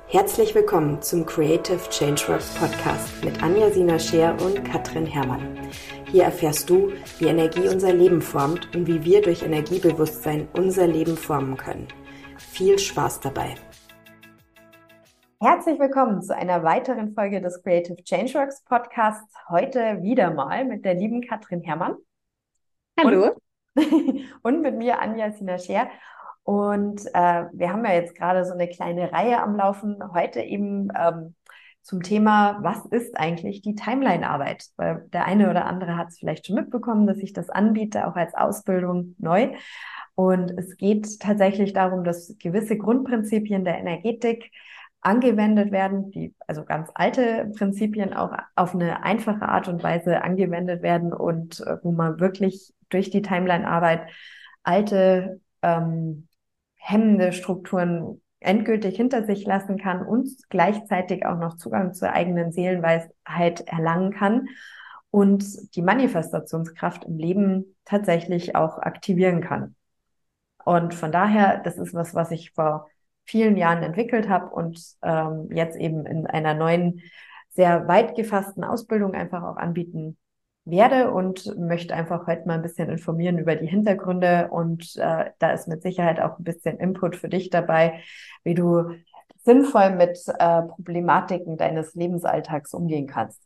Herzlich willkommen zum Creative Changeworks Podcast mit Anja Sina Scheer und Katrin Herrmann. Hier erfährst du, wie Energie unser Leben formt und wie wir durch Energiebewusstsein unser Leben formen können. Viel Spaß dabei! Herzlich willkommen zu einer weiteren Folge des Creative Changeworks Podcasts. Heute wieder mal mit der lieben Katrin Herrmann. Hallo. Und mit mir Anja Sina Scheer. Und wir haben ja jetzt gerade so eine kleine Reihe am Laufen. Heute eben zum Thema, was ist eigentlich die Timeline-Arbeit? Weil der eine oder andere hat es vielleicht schon mitbekommen, dass ich das anbiete, auch als Ausbildung neu. Und es geht tatsächlich darum, dass gewisse Grundprinzipien der Energetik angewendet werden, die also ganz alte Prinzipien auch auf eine einfache Art und Weise angewendet werden und wo man wirklich durch die Timeline-Arbeit alte hemmende Strukturen endgültig hinter sich lassen kann und gleichzeitig auch noch Zugang zur eigenen Seelenweisheit erlangen kann und die Manifestationskraft im Leben tatsächlich auch aktivieren kann. Und von daher, das ist was ich vor vielen Jahren entwickelt habe und jetzt eben in einer neuen, sehr weit gefassten Ausbildung einfach auch anbieten werde und möchte einfach heute mal ein bisschen informieren über die Hintergründe und da ist mit Sicherheit auch ein bisschen Input für dich dabei, wie du sinnvoll mit Problematiken deines Lebensalltags umgehen kannst.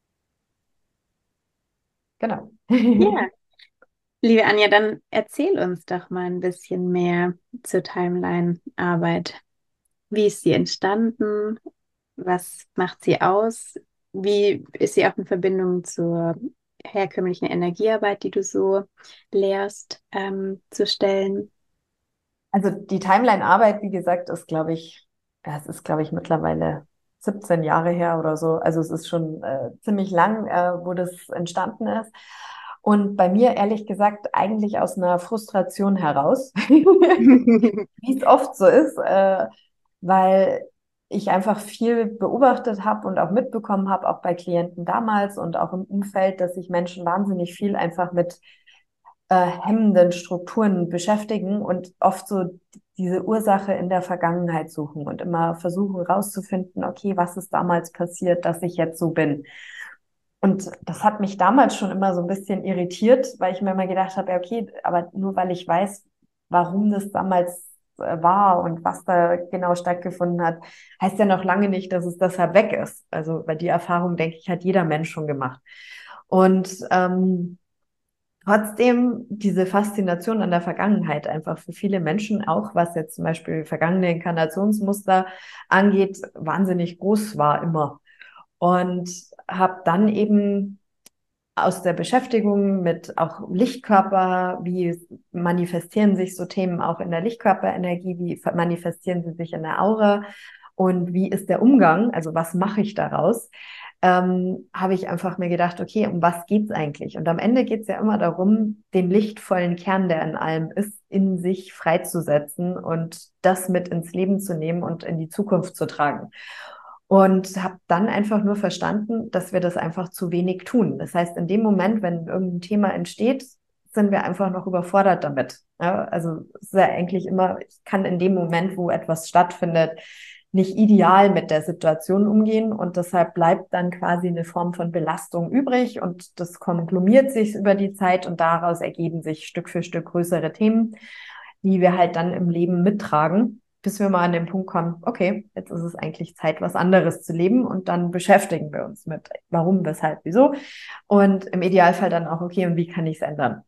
Genau. Ja, liebe Anja, dann erzähl uns doch mal ein bisschen mehr zur Timeline-Arbeit. Wie ist sie entstanden? Was macht sie aus? Wie ist sie auch in Verbindung zur herkömmlichen Energiearbeit, die du so lehrst, zu stellen? Also die Timeline-Arbeit, wie gesagt, ist, glaube ich, ja, es ist, glaube ich, mittlerweile 17 Jahre her oder so. Also es ist schon ziemlich lang, wo das entstanden ist. Und bei mir, ehrlich gesagt, eigentlich aus einer Frustration heraus, wie es oft so ist, weil ich einfach viel beobachtet habe und auch mitbekommen habe, auch bei Klienten damals und auch im Umfeld, dass sich Menschen wahnsinnig viel einfach mit hemmenden Strukturen beschäftigen und oft so diese Ursache in der Vergangenheit suchen und immer versuchen rauszufinden, okay, was ist damals passiert, dass ich jetzt so bin. Und das hat mich damals schon immer so ein bisschen irritiert, weil ich mir immer gedacht habe, ja, okay, aber nur weil ich weiß, warum das damals war und was da genau stattgefunden hat, heißt ja noch lange nicht, dass es deshalb weg ist. Also, weil die Erfahrung, denke ich, hat jeder Mensch schon gemacht. Und trotzdem diese Faszination an der Vergangenheit einfach für viele Menschen, auch was jetzt zum Beispiel vergangene Inkarnationsmuster angeht, wahnsinnig groß war immer. Und habe dann eben aus der Beschäftigung mit auch Lichtkörper, wie manifestieren sich so Themen auch in der Lichtkörperenergie, wie manifestieren sie sich in der Aura und wie ist der Umgang, also was mache ich daraus, habe ich einfach mir gedacht, okay, um was geht's eigentlich? Und am Ende geht's ja immer darum, den lichtvollen Kern, der in allem ist, in sich freizusetzen und das mit ins Leben zu nehmen und in die Zukunft zu tragen. Und habe dann einfach nur verstanden, dass wir das einfach zu wenig tun. Das heißt, in dem Moment, wenn irgendein Thema entsteht, sind wir einfach noch überfordert damit. Ja, also es ist ja eigentlich immer, ich kann in dem Moment, wo etwas stattfindet, nicht ideal mit der Situation umgehen und deshalb bleibt dann quasi eine Form von Belastung übrig und das konglomeriert sich über die Zeit und daraus ergeben sich Stück für Stück größere Themen, die wir halt dann im Leben mittragen, bis wir mal an den Punkt kommen, okay, jetzt ist es eigentlich Zeit, was anderes zu leben und dann beschäftigen wir uns mit warum, weshalb, wieso und im Idealfall dann auch, okay, und wie kann ich es ändern?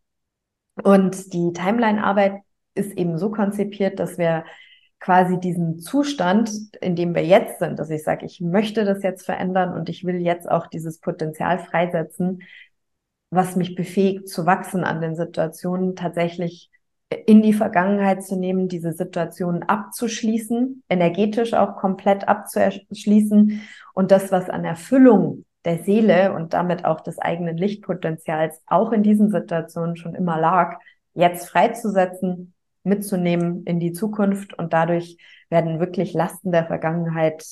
Und die Timeline-Arbeit ist eben so konzipiert, dass wir quasi diesen Zustand, in dem wir jetzt sind, dass ich sage, ich möchte das jetzt verändern und ich will jetzt auch dieses Potenzial freisetzen, was mich befähigt zu wachsen an den Situationen, tatsächlich in die Vergangenheit zu nehmen, diese Situationen abzuschließen, energetisch auch komplett abzuschließen und das, was an Erfüllung der Seele und damit auch des eigenen Lichtpotenzials auch in diesen Situationen schon immer lag, jetzt freizusetzen, mitzunehmen in die Zukunft und dadurch werden wirklich Lasten der Vergangenheit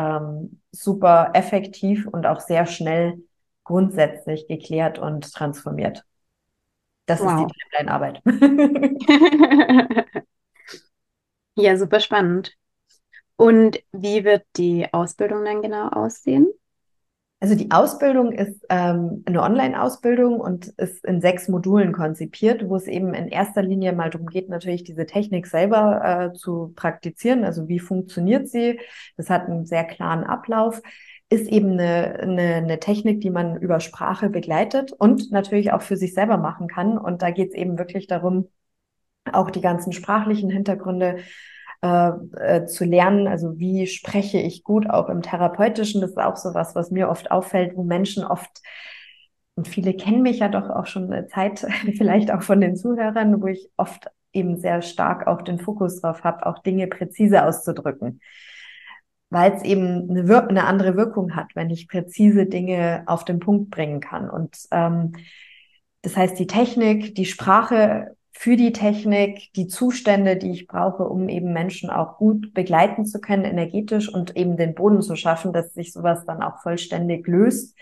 super effektiv und auch sehr schnell grundsätzlich geklärt und transformiert. Das ist die Wow. Timeline-Arbeit. Ja, super spannend. Und wie wird die Ausbildung dann genau aussehen? Also die Ausbildung ist eine Online-Ausbildung und ist in 6 Modulen konzipiert, wo es eben in erster Linie mal darum geht, natürlich diese Technik selber zu praktizieren. Also wie funktioniert sie? Das hat einen sehr klaren Ablauf. Ist eben eine Technik, die man über Sprache begleitet und natürlich auch für sich selber machen kann. Und da geht es eben wirklich darum, auch die ganzen sprachlichen Hintergründe zu lernen. Also wie spreche ich gut auch im Therapeutischen? Das ist auch so was, was mir oft auffällt, wo Menschen oft, und viele kennen mich ja doch auch schon eine Zeit, vielleicht auch von den Zuhörern, wo ich oft eben sehr stark auch den Fokus drauf habe, auch Dinge präzise auszudrücken, weil es eben eine andere Wirkung hat, wenn ich präzise Dinge auf den Punkt bringen kann. Und das heißt, die Technik, die Sprache für die Technik, die Zustände, die ich brauche, um eben Menschen auch gut begleiten zu können, energetisch und eben den Boden zu schaffen, dass sich sowas dann auch vollständig löst.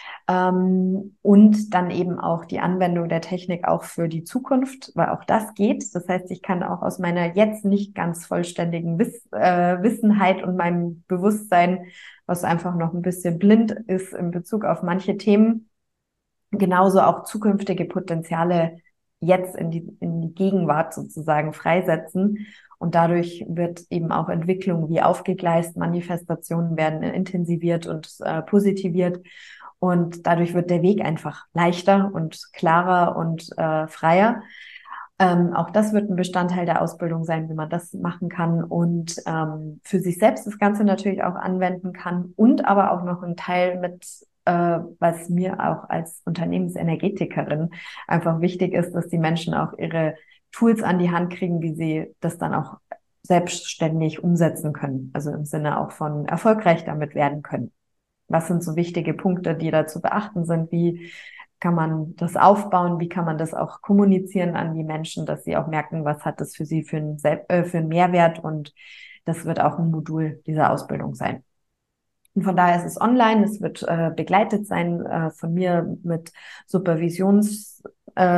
Und dann eben auch die Anwendung der Technik auch für die Zukunft, weil auch das geht. Das heißt, ich kann auch aus meiner jetzt nicht ganz vollständigen Wissenheit und meinem Bewusstsein, was einfach noch ein bisschen blind ist in Bezug auf manche Themen, genauso auch zukünftige Potenziale jetzt in die Gegenwart sozusagen freisetzen. Und dadurch wird eben auch Entwicklung wie aufgegleist, Manifestationen werden intensiviert und positiviert. Und dadurch wird der Weg einfach leichter und klarer und freier. Auch das wird ein Bestandteil der Ausbildung sein, wie man das machen kann und für sich selbst das Ganze natürlich auch anwenden kann und aber auch noch ein Teil mit, was mir auch als Unternehmensenergetikerin einfach wichtig ist, dass die Menschen auch ihre Tools an die Hand kriegen, wie sie das dann auch selbstständig umsetzen können. Also im Sinne auch von erfolgreich damit werden können. Was sind so wichtige Punkte, die da zu beachten sind? Wie kann man das aufbauen? Wie kann man das auch kommunizieren an die Menschen, dass sie auch merken, was hat das für sie für einen Mehrwert? Und das wird auch ein Modul dieser Ausbildung sein. Und von daher ist es online, es wird begleitet sein von mir mit Supervisionsstunden,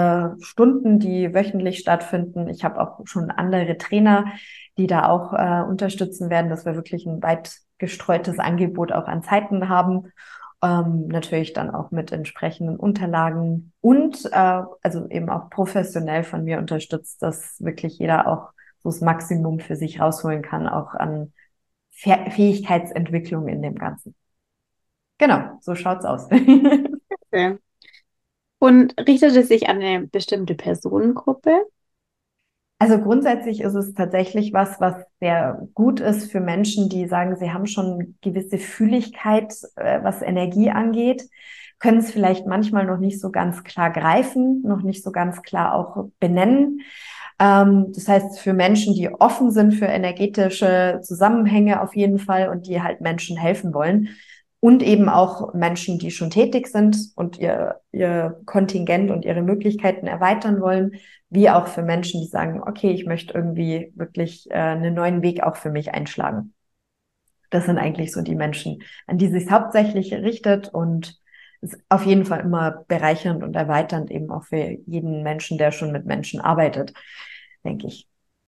die wöchentlich stattfinden. Ich habe auch schon andere Trainer, die da auch unterstützen werden, dass wir wirklich ein weit gestreutes Angebot auch an Zeiten haben. Natürlich dann auch mit entsprechenden Unterlagen und also eben auch professionell von mir unterstützt, dass wirklich jeder auch so das Maximum für sich rausholen kann, auch an Fähigkeitsentwicklung in dem Ganzen. Genau, so schaut's aus. Okay. Und richtet es sich an eine bestimmte Personengruppe? Also grundsätzlich ist es tatsächlich was, was sehr gut ist für Menschen, die sagen, sie haben schon gewisse Fühligkeit, was Energie angeht, können es vielleicht manchmal noch nicht so ganz klar greifen, noch nicht so ganz klar auch benennen. Das heißt, für Menschen, die offen sind für energetische Zusammenhänge auf jeden Fall und die halt Menschen helfen wollen. Und eben auch Menschen, die schon tätig sind und ihr Kontingent und ihre Möglichkeiten erweitern wollen, wie auch für Menschen, die sagen, okay, ich möchte irgendwie wirklich einen neuen Weg auch für mich einschlagen. Das sind eigentlich so die Menschen, an die sich hauptsächlich richtet und ist auf jeden Fall immer bereichernd und erweiternd eben auch für jeden Menschen, der schon mit Menschen arbeitet, denke ich.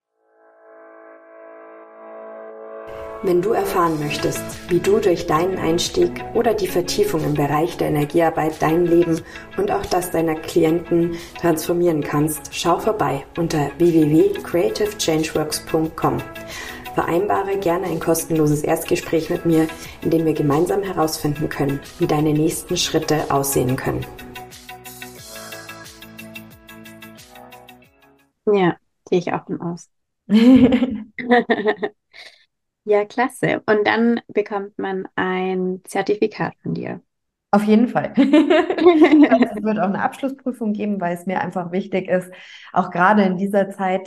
Wenn du erfahren möchtest, wie du durch deinen Einstieg oder die Vertiefung im Bereich der Energiearbeit dein Leben und auch das deiner Klienten transformieren kannst, schau vorbei unter www.creativechangeworks.com. Vereinbare gerne ein kostenloses Erstgespräch mit mir, in dem wir gemeinsam herausfinden können, wie deine nächsten Schritte aussehen können. Ja, gehe ich auch von aus. Ja, klasse. Und dann bekommt man ein Zertifikat von dir. Auf jeden Fall. Es wird auch eine Abschlussprüfung geben, weil es mir einfach wichtig ist, auch gerade in dieser Zeit,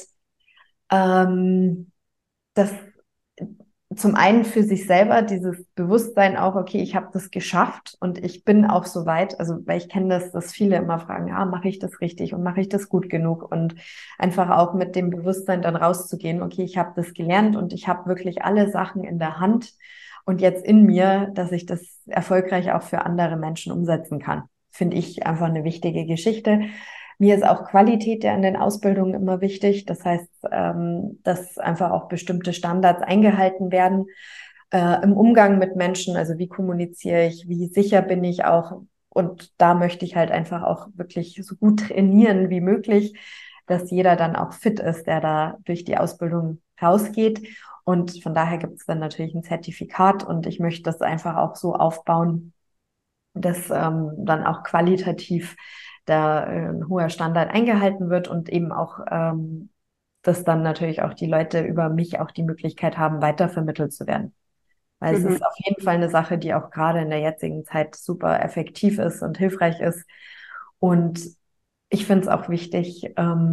dass zum einen für sich selber dieses Bewusstsein auch, okay, ich habe das geschafft und ich bin auch so weit, also weil ich kenne das, dass viele immer fragen, ja, mache ich das richtig und mache ich das gut genug und einfach auch mit dem Bewusstsein dann rauszugehen, okay, ich habe das gelernt und ich habe wirklich alle Sachen in der Hand und jetzt in mir, dass ich das erfolgreich auch für andere Menschen umsetzen kann. Finde ich einfach eine wichtige Geschichte. Mir ist auch Qualität ja in den Ausbildungen immer wichtig. Das heißt, dass einfach auch bestimmte Standards eingehalten werden im Umgang mit Menschen. Also wie kommuniziere ich, wie sicher bin ich auch. Und da möchte ich halt einfach auch wirklich so gut trainieren wie möglich, dass jeder dann auch fit ist, der da durch die Ausbildung rausgeht. Und von daher gibt es dann natürlich ein Zertifikat und ich möchte das einfach auch so aufbauen, dass dann auch qualitativ da ein hoher Standard eingehalten wird und eben auch, dass dann natürlich auch die Leute über mich auch die Möglichkeit haben, weitervermittelt zu werden. Weil es Mhm. ist auf jeden Fall eine Sache, die auch gerade in der jetzigen Zeit super effektiv ist und hilfreich ist. Und ich finde es auch wichtig,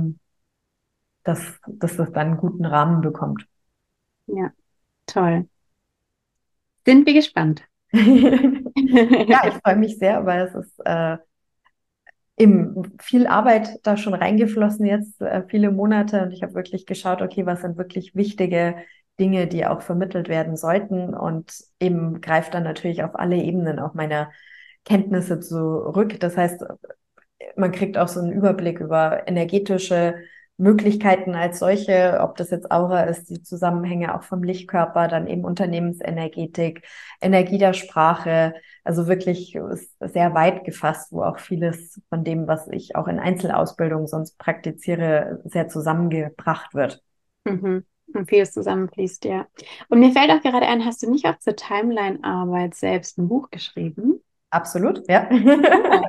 dass das dann einen guten Rahmen bekommt. Ja, toll. Sind wir gespannt. Ja, ich freue mich sehr, weil es ist eben viel Arbeit da schon reingeflossen jetzt, viele Monate. Und ich habe wirklich geschaut, okay, was sind wirklich wichtige Dinge, die auch vermittelt werden sollten. Und eben greift dann natürlich auf alle Ebenen auch meiner Kenntnisse zurück. Das heißt, man kriegt auch so einen Überblick über energetische Möglichkeiten als solche, ob das jetzt Aura ist, die Zusammenhänge auch vom Lichtkörper, dann eben Unternehmensenergetik, Energie der Sprache, also wirklich ist sehr weit gefasst, wo auch vieles von dem, was ich auch in Einzelausbildung sonst praktiziere, sehr zusammengebracht wird. Mhm. Und vieles zusammenfließt, ja. Und mir fällt auch gerade ein, hast du nicht auch zur Timeline-Arbeit selbst ein Buch geschrieben? Absolut, ja. Ah.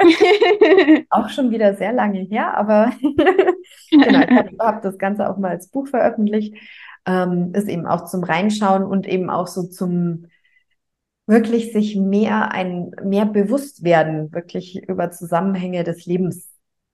Auch schon wieder sehr lange her, aber genau, ich hab das Ganze auch mal als Buch veröffentlicht. Ist eben auch zum Reinschauen und eben auch so zum wirklich sich mehr bewusst werden, wirklich über Zusammenhänge des Lebens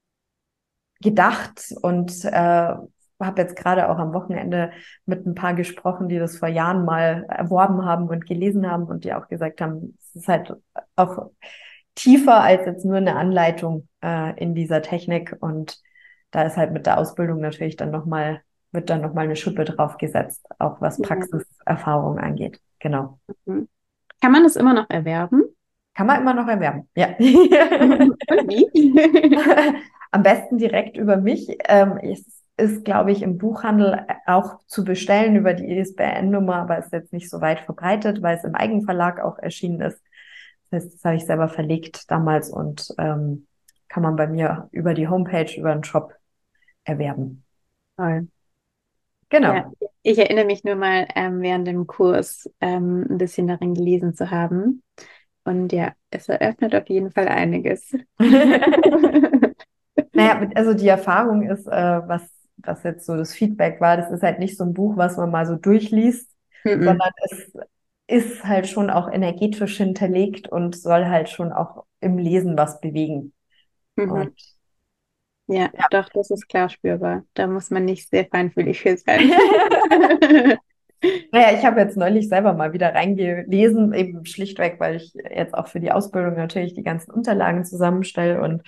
gedacht und habe jetzt gerade auch am Wochenende mit ein paar gesprochen, die das vor Jahren mal erworben haben und gelesen haben und die auch gesagt haben, es ist halt auch tiefer als jetzt nur eine Anleitung in dieser Technik und da ist halt mit der Ausbildung natürlich wird dann nochmal eine Schippe drauf gesetzt, auch was Ja. Praxiserfahrung angeht. Genau. Mhm. Kann man das immer noch erwerben? Kann man immer noch erwerben. Ja. Und wie? Am besten direkt über mich. Es ist, glaube ich, im Buchhandel auch zu bestellen über die ISBN-Nummer, aber ist jetzt nicht so weit verbreitet, weil es im Eigenverlag auch erschienen ist. Das heißt, das habe ich selber verlegt damals und kann man bei mir über die Homepage, über den Shop erwerben. Toll. Ja, Genau. ich erinnere mich nur mal während dem Kurs ein bisschen darin gelesen zu haben. Und ja, es eröffnet auf jeden Fall einiges. Naja, also die Erfahrung ist, was jetzt so das Feedback war, das ist halt nicht so ein Buch, was man mal so durchliest, Mhm. sondern es ist halt schon auch energetisch hinterlegt und soll halt schon auch im Lesen was bewegen. Und Mhm. Ja, ja. doch, das ist klar spürbar. Da muss man nicht sehr feinfühlig für sein. Naja, ich habe jetzt neulich selber mal wieder reingelesen, eben schlichtweg, weil ich jetzt auch für die Ausbildung natürlich die ganzen Unterlagen zusammenstelle und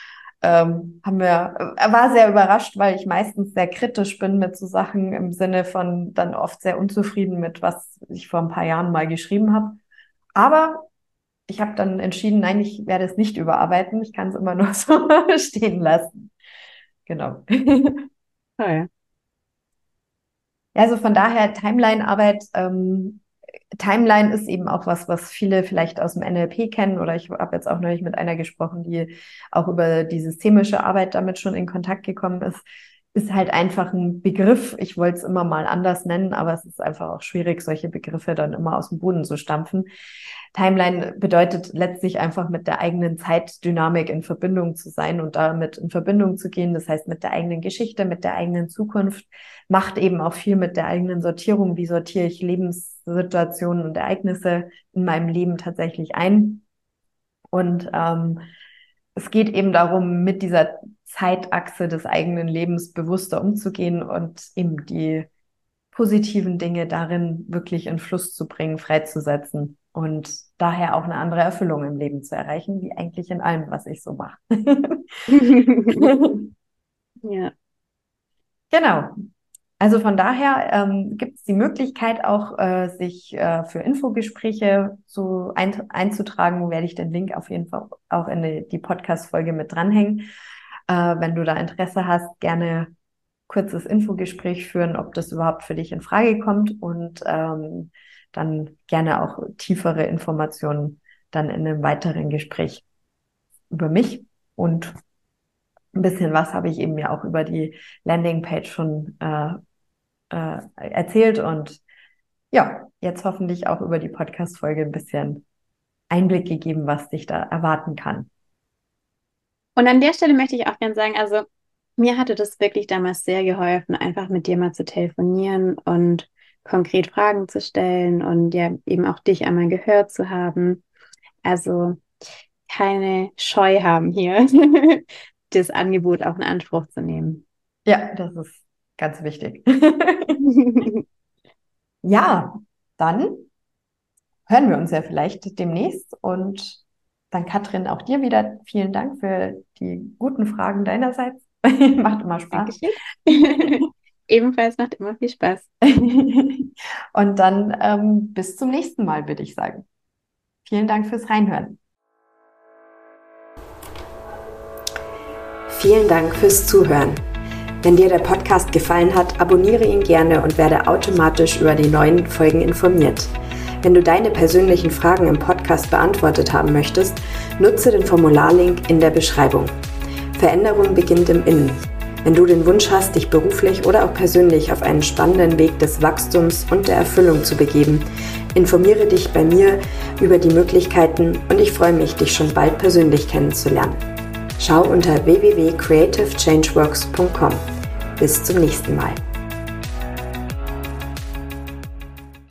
war sehr überrascht, weil ich meistens sehr kritisch bin mit so Sachen im Sinne von dann oft sehr unzufrieden mit, was ich vor ein paar Jahren mal geschrieben habe. Aber ich habe dann entschieden, nein, ich werde es nicht überarbeiten. Ich kann es immer nur so stehen lassen. Genau. Toll. Ja, also von daher Timeline-Arbeit, Timeline ist eben auch was viele vielleicht aus dem NLP kennen oder ich habe jetzt auch neulich mit einer gesprochen, die auch über die systemische Arbeit damit schon in Kontakt gekommen ist halt einfach ein Begriff. Ich wollte es immer mal anders nennen, aber es ist einfach auch schwierig, solche Begriffe dann immer aus dem Boden zu stampfen. Timeline bedeutet letztlich einfach mit der eigenen Zeitdynamik in Verbindung zu sein und damit in Verbindung zu gehen. Das heißt, mit der eigenen Geschichte, mit der eigenen Zukunft, macht eben auch viel mit der eigenen Sortierung. Wie sortiere ich Lebenssituationen und Ereignisse in meinem Leben tatsächlich ein? Und es geht eben darum, mit dieser Zeitachse des eigenen Lebens bewusster umzugehen und eben die positiven Dinge darin wirklich in Fluss zu bringen, freizusetzen und daher auch eine andere Erfüllung im Leben zu erreichen, wie eigentlich in allem, was ich so mache. Ja. Genau. Also von daher gibt es die Möglichkeit auch, sich für Infogespräche einzutragen. Werde ich den Link auf jeden Fall auch in die Podcast-Folge mit dranhängen. Wenn du da Interesse hast, gerne kurzes Infogespräch führen, ob das überhaupt für dich in Frage kommt und dann gerne auch tiefere Informationen dann in einem weiteren Gespräch über mich. Und ein bisschen was habe ich eben ja auch über die Landingpage schon erzählt und ja, jetzt hoffentlich auch über die Podcast-Folge ein bisschen Einblick gegeben, was dich da erwarten kann. Und an der Stelle möchte ich auch gerne sagen, also mir hatte das wirklich damals sehr geholfen, einfach mit dir mal zu telefonieren und konkret Fragen zu stellen und ja eben auch dich einmal gehört zu haben. Also keine Scheu haben hier, das Angebot auch in Anspruch zu nehmen. Ja, das ist ganz wichtig. Ja, dann hören wir uns ja vielleicht demnächst und dann Katrin, auch dir wieder vielen Dank für die guten Fragen deinerseits. Macht immer Spaß. Ebenfalls macht immer viel Spaß. Und dann bis zum nächsten Mal, würde ich sagen. Vielen Dank fürs Reinhören. Vielen Dank fürs Zuhören. Wenn dir der Podcast gefallen hat, abonniere ihn gerne und werde automatisch über die neuen Folgen informiert. Wenn du deine persönlichen Fragen im Podcast beantwortet haben möchtest, nutze den Formularlink in der Beschreibung. Veränderung beginnt im Innen. Wenn du den Wunsch hast, dich beruflich oder auch persönlich auf einen spannenden Weg des Wachstums und der Erfüllung zu begeben, informiere dich bei mir über die Möglichkeiten und ich freue mich, dich schon bald persönlich kennenzulernen. Schau unter www.creativechangeworks.com. Bis zum nächsten Mal.